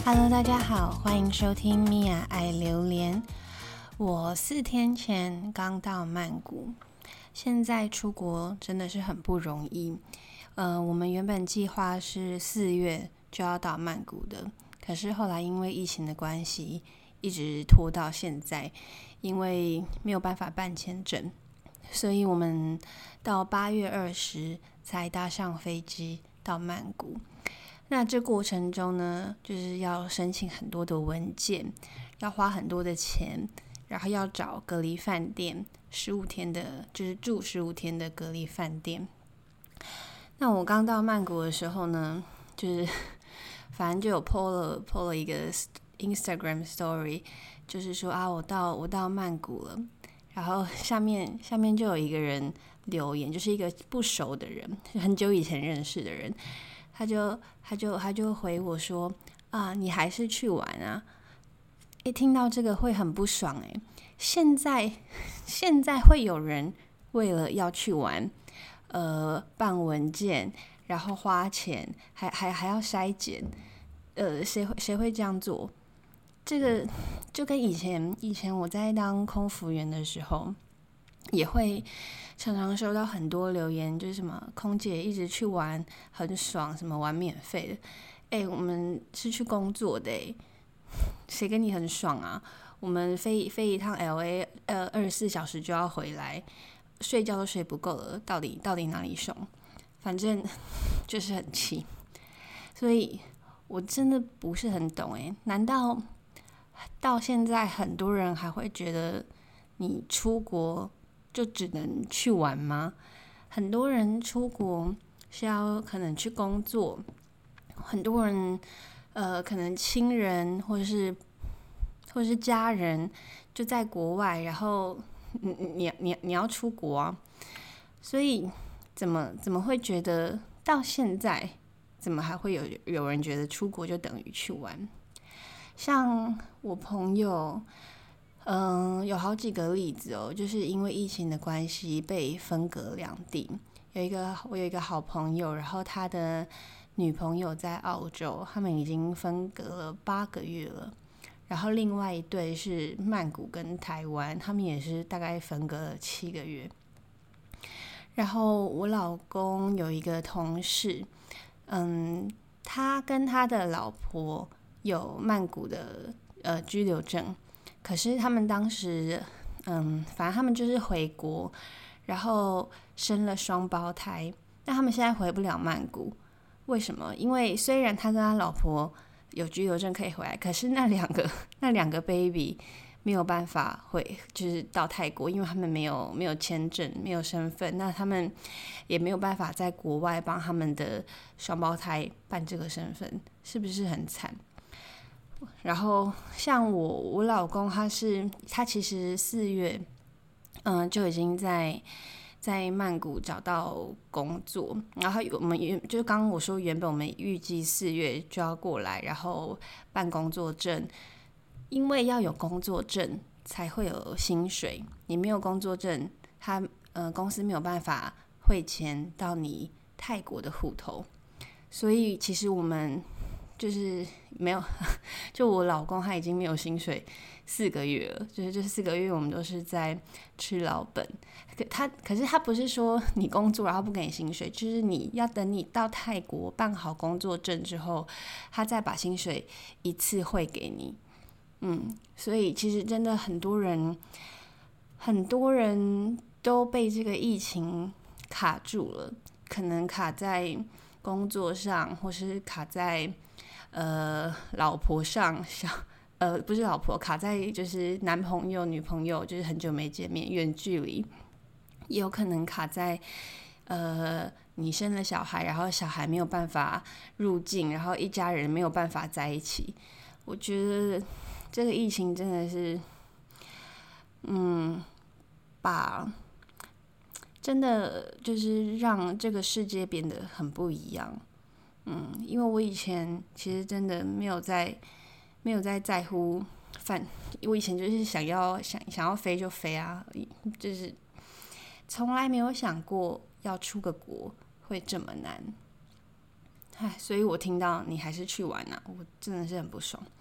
Hello， 大家好，欢迎收听米娅爱榴莲。我4天前刚到曼谷，现在出国真的是很不容易。我们原本计划是4月就要到曼谷的，可是后来因为疫情的关系，一直拖到现在，因为没有办法办签证，所以我们到8月20才搭上飞机到曼谷。那这过程中呢，就是要申请很多的文件，要花很多的钱，然后要找隔离饭店，15天的，就是住15天的隔离饭店。那我刚到曼谷的时候呢，就是反正就有 po 了一个 Instagram story， 就是说我到曼谷了，然后下面就有一个人留言，就是一个不熟的人，很久以前认识的人。他就回我说你还是去玩啊！一听到这个会很不爽现在会有人为了要去玩，办文件，然后花钱，还要筛检，谁会这样做？这个就跟以前我在当空服员的时候，也会常常收到很多留言，就是什么空姐一直去玩很爽，什么玩免费的。我们是去工作的谁跟你很爽啊？我们飞一趟 LA 24小时就要回来，睡觉都睡不够了，到底哪里爽？反正就是很气，所以我真的不是很懂难道到现在很多人还会觉得你出国就只能去玩吗？很多人出国是要可能去工作，很多人可能亲人或是家人就在国外，然后你要出国啊，所以怎么会觉得到现在怎么还会有人觉得出国就等于去玩？像我朋友有好几个例子就是因为疫情的关系被分隔两地。我有一个好朋友，然后他的女朋友在澳洲，他们已经分隔了8个月了。然后另外一对是曼谷跟台湾，他们也是大概分隔了7个月。然后我老公有一个同事，他跟他的老婆有曼谷的居留证，可是他们当时反正他们就是回国，然后生了双胞胎，但他们现在回不了曼谷。为什么？因为虽然他跟他老婆有居留证可以回来，可是那两个 baby 没有办法就是到泰国，因为他们没有签证，没有身份，那他们也没有办法在国外帮他们的双胞胎办这个身份，是不是很惨？然后像我老公他其实4月就已经在曼谷找到工作，然后我们就刚刚我说原本我们预计4月就要过来，然后办工作证，因为要有工作证才会有薪水，你没有工作证，公司没有办法汇钱到你泰国的户头，所以其实我们就是没有，就我老公他已经没有薪水4个月了，就是这4个月我们都是在吃老本。可是他不是说你工作然后不给你薪水，就是你要等你到泰国办好工作证之后，他再把薪水一次汇给你。所以其实真的很多人都被这个疫情卡住了，可能卡在工作上，或是卡在老婆上，不是老婆，卡在就是男朋友女朋友，就是很久没见面，远距离，也有可能卡在你生了小孩，然后小孩没有办法入境，然后一家人没有办法在一起。我觉得这个疫情真的是真的就是让这个世界变得很不一样。因为我以前其实真的没有在乎我以前就是想要飞就飞啊，就是从来没有想过要出个国会这么难。 所以我听到你还是去玩啊，我真的是很不爽。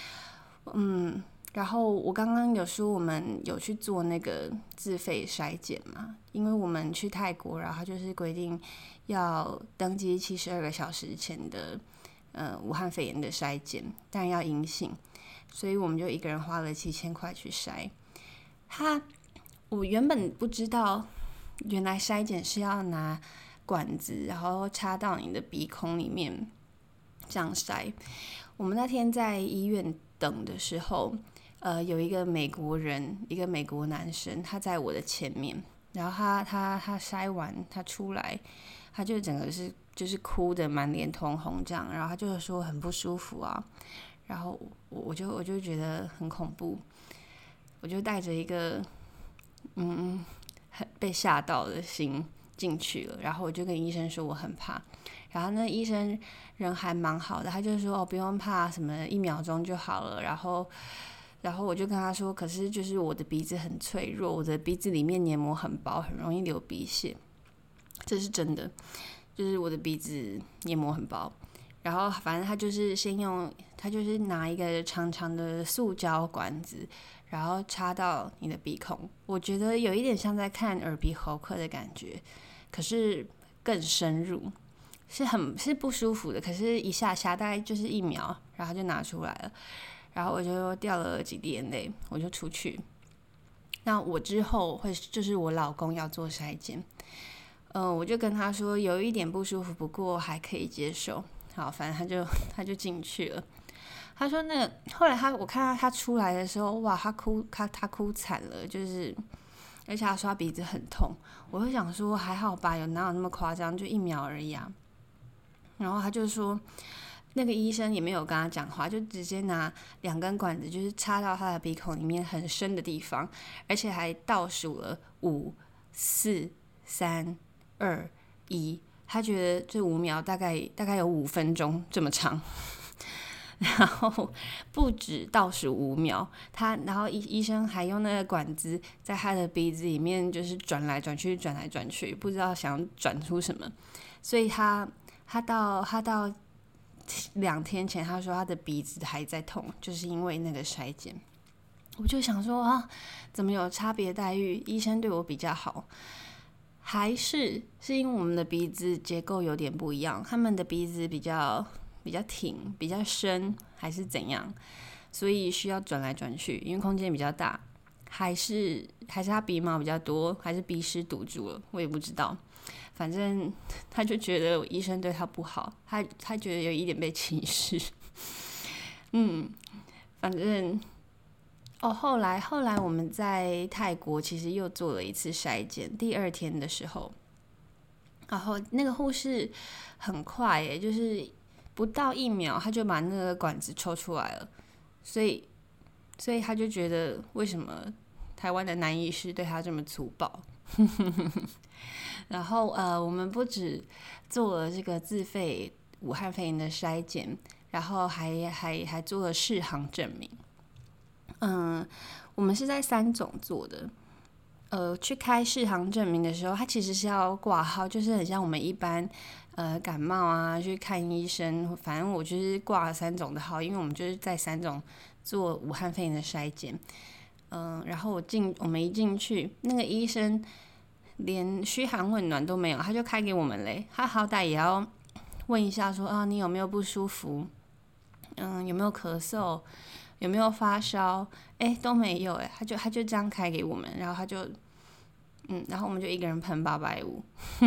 然后我刚刚有说我们有去做那个自费筛检嘛，因为我们去泰国，然后他就是规定要登机72个小时前的武汉肺炎的筛检，但要阴性，所以我们就一个人花了7000块去筛。我原本不知道，原来筛检是要拿管子，然后插到你的鼻孔里面这样筛。我们那天在医院等的时候，有一个美国人，一个美国男生，他在我的前面，然后他筛完，他出来，他就整个就是哭的满脸通红这样，然后他就说很不舒服啊，然后我就觉得很恐怖，我就带着一个很被吓到的心进去了，然后我就跟医生说我很怕，然后那医生人还蛮好的，他就说不用怕，什么1秒钟就好了，然后我就跟他说，可是就是我的鼻子很脆弱，我的鼻子里面黏膜很薄，很容易流鼻血，这是真的，就是我的鼻子黏膜很薄。然后反正他就是他就是拿一个长长的塑胶管子，然后插到你的鼻孔，我觉得有一点像在看耳鼻喉科的感觉，可是更深入，是不舒服的，可是一下大概就是1秒，然后就拿出来了，然后我就掉了几滴眼泪，我就出去。那我之后就是我老公要做筛检，我就跟他说有一点不舒服，不过还可以接受。好，反正他就进去了。他说那个后来我看到他出来的时候，哇，他哭惨了，就是而且他说他鼻子很痛。我就想说还好吧，哪有那么夸张，就1秒而已啊。然后他就说那个医生也没有跟他讲话，就直接拿2根管子就是插到他的鼻孔里面很深的地方，而且还倒数了5、4、3、2、1。他觉得这5秒大概有5分钟这么长，然后不止倒数5秒，然后医生还用那个管子在他的鼻子里面就是转来转去，不知道想转出什么，所以他到2天前，他说他的鼻子还在痛，就是因为那个筛检。我就想说啊，怎么有差别待遇？医生对我比较好。还是因为我们的鼻子结构有点不一样，他们的鼻子比较挺，比较深，还是怎样，所以需要转来转去，因为空间比较大，还是他鼻毛比较多，还是鼻屎堵住了，我也不知道。反正他就觉得医生对他不好，他觉得有一点被歧视。反正后来我们在泰国其实又做了一次筛检，第2天的时候，然后那个护士很快耶，就是不到1秒他就把那个管子抽出来了，所以他就觉得为什么台湾的男医师对他这么粗暴。然后我们不止做了这个自费武汉肺炎的筛检，然后还做了适航证明。我们是在3种做的。去开适航证明的时候，它其实是要挂号，就是很像我们一般感冒啊去看医生，反正我就是挂了3种的号，因为我们就是在3种做武汉肺炎的筛检。然后我们一进去，那个医生连嘘寒问暖都没有，他就开给我们嘞。他好歹也要问一下说你有没有不舒服，有没有咳嗽，有没有发烧，都没有他就这样开给我们，然后然后我们就一个人喷850。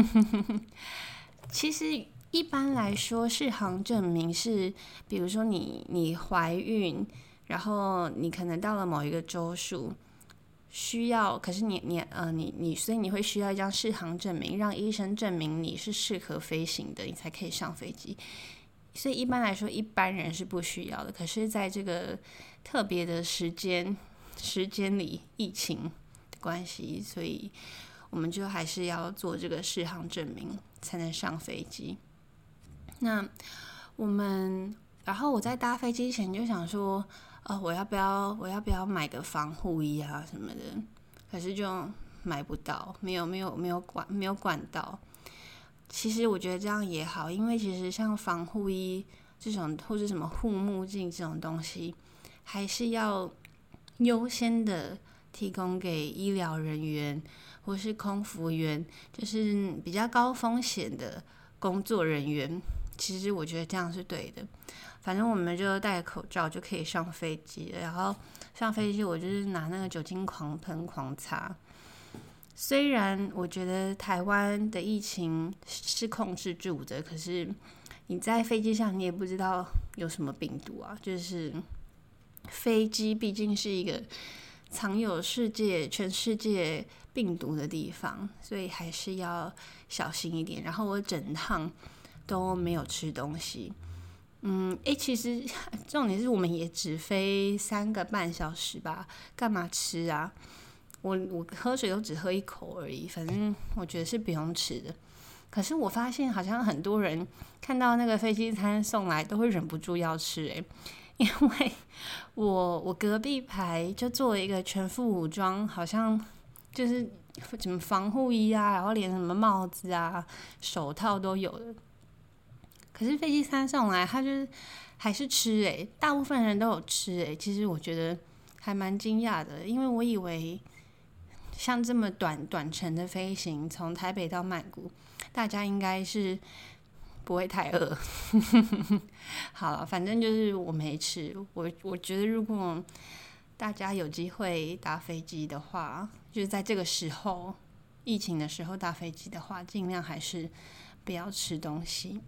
其实一般来说，适航证明是，比如说你怀孕，然后你可能到了某一个周数，需要，可是所以你会需要一张适航证明，让医生证明你是适合飞行的，你才可以上飞机。所以一般来说，一般人是不需要的。可是在这个特别的时间里，疫情的关系，所以我们就还是要做这个适航证明才能上飞机。那然后我在搭飞机前就想说，我要不要买个防护衣啊什么的？可是就买不到，没有管道。 其实我觉得这样也好，因为其实像防护衣这种或是什么护目镜这种东西，还是要优先的提供给医疗人员或是空服员，就是比较高风险的工作人员。其实我觉得这样是对的，反正我们就戴口罩就可以上飞机了，然后上飞机我就是拿那个酒精狂喷狂擦。虽然我觉得台湾的疫情是控制住的，可是你在飞机上你也不知道有什么病毒啊，就是飞机毕竟是一个藏有全世界病毒的地方，所以还是要小心一点。然后我整趟都没有吃东西。其实重点是我们也只飞3个半小时吧，干嘛吃啊？我喝水都只喝1口而已，反正我觉得是不用吃的。可是我发现好像很多人看到那个飞机餐送来都会忍不住要吃因为我隔壁排就做了一个全副武装，好像就是什么防护衣啊，然后连什么帽子啊、手套都有的。可是飞机餐送来，他就是还是吃大部分人都有吃其实我觉得还蛮惊讶的，因为我以为像这么短程的飞行，从台北到曼谷，大家应该是不会太饿。好了，反正就是我没吃。我觉得如果大家有机会搭飞机的话，就是在这个时候疫情的时候搭飞机的话，尽量还是不要吃东西。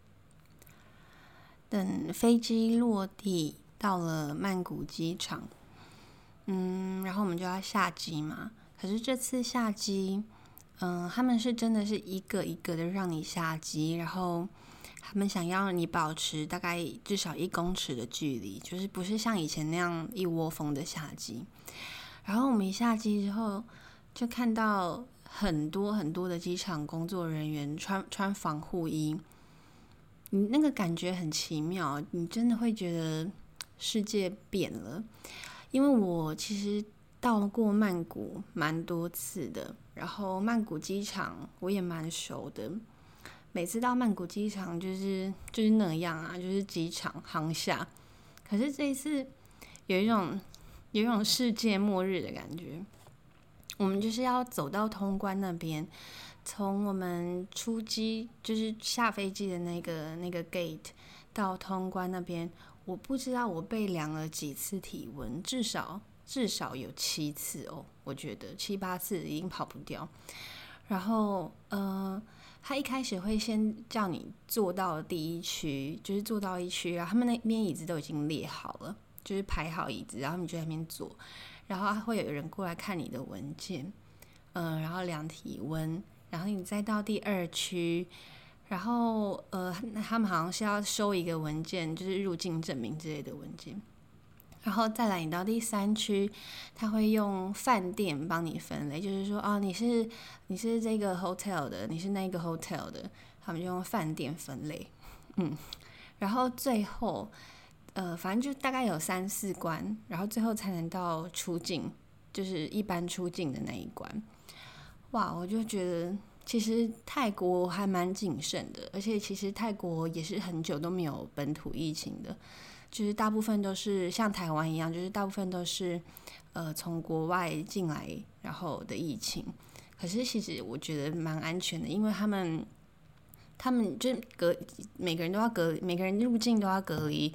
等飞机落地到了曼谷机场，然后我们就要下机嘛。可是这次下机，他们是真的是一个一个的让你下机，然后他们想要你保持大概至少1公尺的距离，就是不是像以前那样一窝蜂的下机。然后我们一下机之后，就看到很多很多的机场工作人员穿防护衣，你那个感觉很奇妙，你真的会觉得世界变了。因为我其实到过曼谷蛮多次的，然后曼谷机场我也蛮熟的。每次到曼谷机场就是那样啊，就是机场航厦。可是这一次有一种世界末日的感觉。我们就是要走到通关那边，从我们出机就是下飞机的那个 gate 到通关那边，我不知道我被量了几次体温，至少有7次哦，我觉得7、8次已经跑不掉。然后他一开始会先叫你坐到第1区，就是坐到1区，然后他们那边椅子都已经列好了，就是排好椅子，然后你就在那边坐，然后会有人过来看你的文件，然后量体温，然后你再到第2区。然后他们好像是要收一个文件，就是入境证明之类的文件，然后再来你到第3区，他会用饭店帮你分类，就是说你是这个 hotel 的，你是那个 hotel 的，他们就用饭店分类。然后最后反正就大概有3、4关，然后最后才能到出境，就是一般出境的那一关。哇，我就觉得其实泰国还蛮谨慎的，而且其实泰国也是很久都没有本土疫情的，就是大部分都是像台湾一样，就是大部分都是从国外进来然后的疫情。可是其实我觉得蛮安全的，因为他们就每个人都要每个人入境都要隔离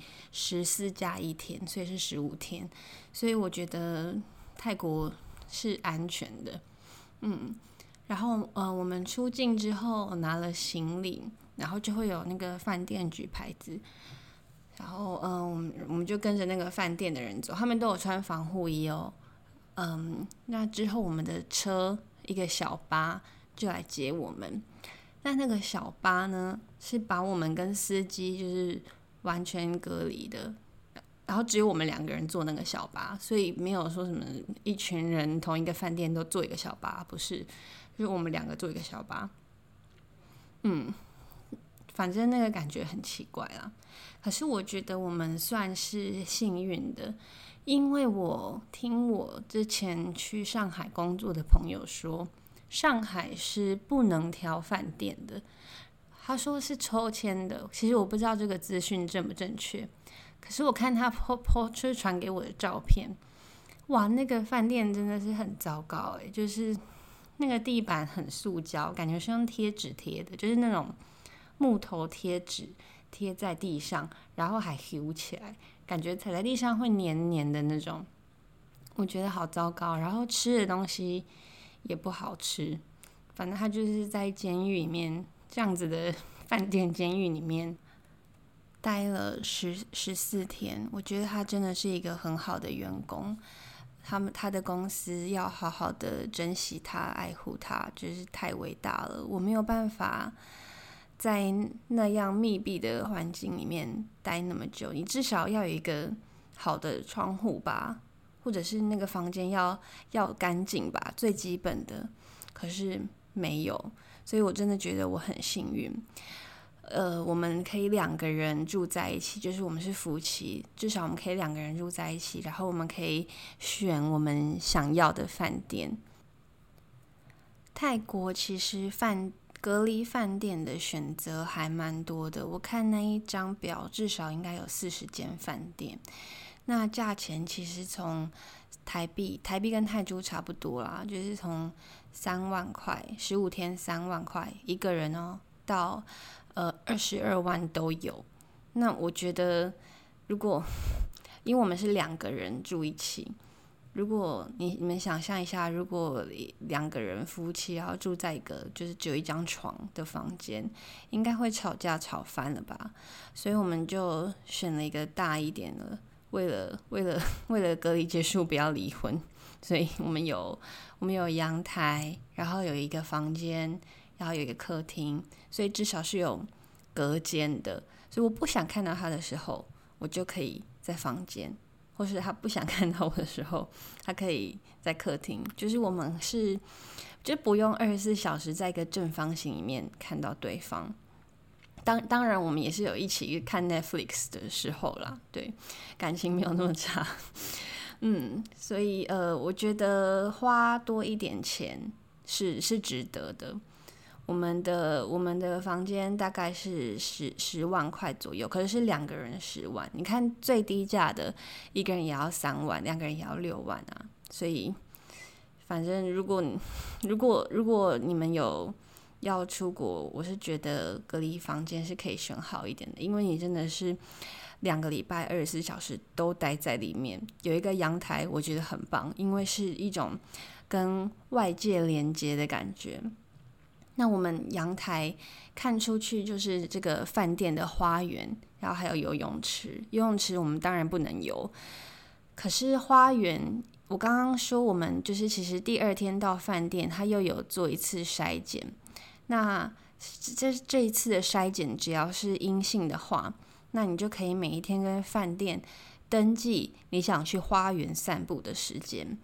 14+1天，所以是15天，所以我觉得泰国是安全的。然后我们出境之后拿了行李，然后就会有那个饭店举牌子，然后我们就跟着那个饭店的人走，他们都有穿防护衣哦。那之后我们的车一个小巴就来接我们，那个小巴呢是把我们跟司机就是完全隔离的，然后只有我们2个人坐那个小巴，所以没有说什么一群人同一个饭店都坐一个小巴，不是，就是我们2个坐一个小巴。反正那个感觉很奇怪啦。可是我觉得我们算是幸运的，因为我听我之前去上海工作的朋友说， 上海是不能挑饭店的，他说是抽签的，其实我不知道这个资讯正不正确，可是我看他 po 就是传给我的照片，哇，那个饭店真的是很糟糕就是那个地板很塑胶，感觉是用贴纸贴的，就是那种木头贴纸贴在地上，然后还 Q 起来，感觉踩在地上会黏黏的那种，我觉得好糟糕。然后吃的东西也不好吃，反正他就是在监狱里面这样子的饭店监狱里面待了14天，我觉得他真的是一个很好的员工。他的公司要好好的珍惜他、爱护他，就是太伟大了。我没有办法在那样密闭的环境里面待那么久，你至少要有一个好的窗户吧，或者是那个房间要干净吧，最基本的。可是没有，所以我真的觉得我很幸运。我们可以2个人住在一起，就是我们是夫妻，至少我们可以2个人住在一起，然后我们可以选我们想要的饭店。泰国其实隔离饭店的选择还蛮多的，我看那一张表至少应该有40间饭店，那价钱其实从台币跟泰铢差不多啦，就是从3万块15天3万块一个人到22万都有。那我觉得因为我们是2个人住一起，如果你们想象一下，如果2个人夫妻要住在一个就是只有一张床的房间，应该会吵架吵翻了吧。所以我们就选了一个大一点的，为了隔离结束不要离婚，所以我们有阳台，然后有一个房间，然后有一个客厅，所以至少是有隔间的。所以我不想看到他的时候，我就可以在房间，或是他不想看到我的时候，他可以在客厅。就是我们就不用24小时在一个正方形里面看到对方。当然我们也是有一起看 Netflix 的时候啦，对，感情没有那么差。所以我觉得花多一点钱是值得的。我们的房间大概是10万块左右，可是是2个人10万。你看最低价的1个人也要3万，2个人也要6万啊。所以反正如果你们有要出国，我是觉得隔离房间是可以选好一点的，因为你真的是2个礼拜24小时都待在里面。有一个阳台我觉得很棒，因为是一种跟外界连接的感觉。那我们阳台看出去就是这个饭店的花园，然后还有游泳池。游泳池我们当然不能游，可是花园我刚刚说我们就是其实第2天到饭店，他又有做一次筛检。那这一次的筛检只要是阴性的话，那你就可以每一天跟饭店登记你想去花园散步的时间。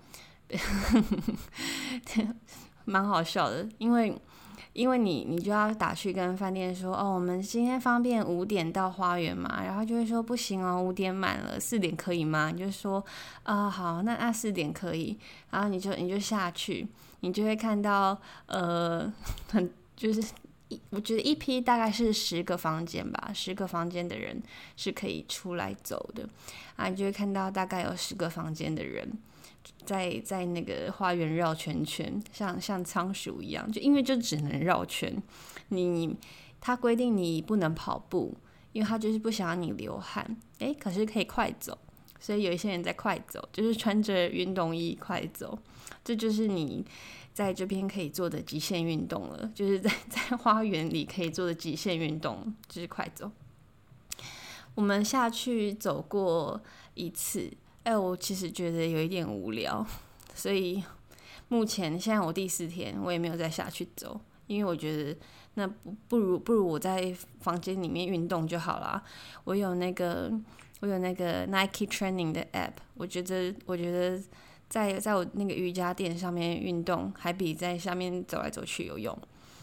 蛮好笑的，因为你就要打去跟饭店说，我们今天方便5点到花园嘛，然后就会说不行5点满了，4点可以吗？你就说好，那4点可以，然后你就下去，你就会看到就是我觉得一批大概是10个房间吧，10个房间的人是可以出来走的你就会看到大概有10个房间的人在那个花园绕圈圈，像仓鼠一样，就因为就只能绕圈。他规定你不能跑步，因为他就是不想让你流汗。可是可以快走，所以有一些人在快走，就是穿着运动衣快走。这就是你在这边可以做的极限运动了，就是在花园里可以做的极限运动，就是快走。我们下去走过一次。我其实觉得有一点无聊，所以现在我第4天我也没有再下去走，因为我觉得那不如我在房间里面运动就好啦。我有那个 Nike Training 的 app， 我觉得在我那个瑜伽垫上面运动还比在下面走来走去有用。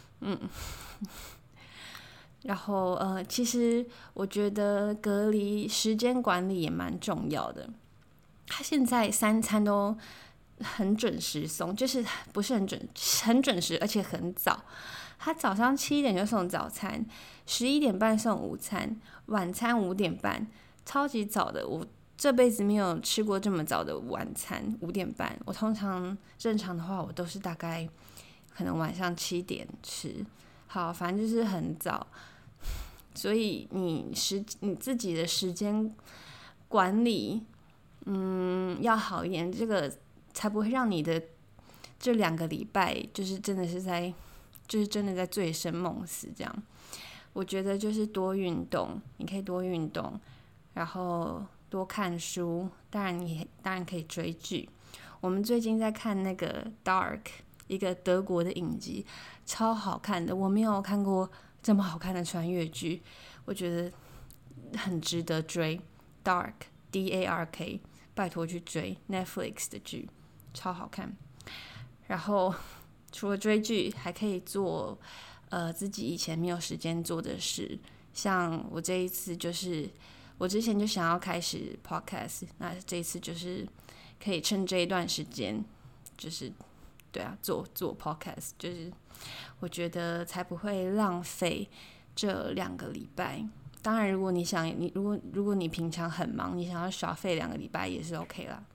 然后其实我觉得隔离时间管理也蛮重要的。他现在3餐都很准时送，就是不是很准时，而且很早。他早上7点就送早餐，11点半送午餐，晚餐5点半，超级早的。我这辈子没有吃过这么早的晚餐，5点半。我通常正常的话，我都是大概可能晚上7点吃。好，反正就是很早，所以你自己的时间管理，要好一点，这个才不会让你的这2个礼拜就是真的在醉生梦死这样。我觉得就是多运动，你可以多运动，然后多看书，当然可以追剧。我们最近在看那个《Dark》，一个德国的影集，超好看的。我没有看过这么好看的穿越剧，我觉得很值得追。《Dark》DARK，拜托去追 Netflix 的剧，超好看。然后除了追剧，还可以做自己以前没有时间做的事，像我这一次就是我之前就想要开始 podcast， 那这一次就是可以趁这一段时间，就是对啊，做 podcast， 就是我觉得才不会浪费这2个礼拜。当然，如果你平常很忙，你想要耍废2个礼拜也是 OK 啦。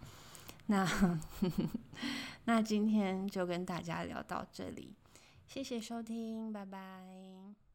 那今天就跟大家聊到这里，谢谢收听，拜拜。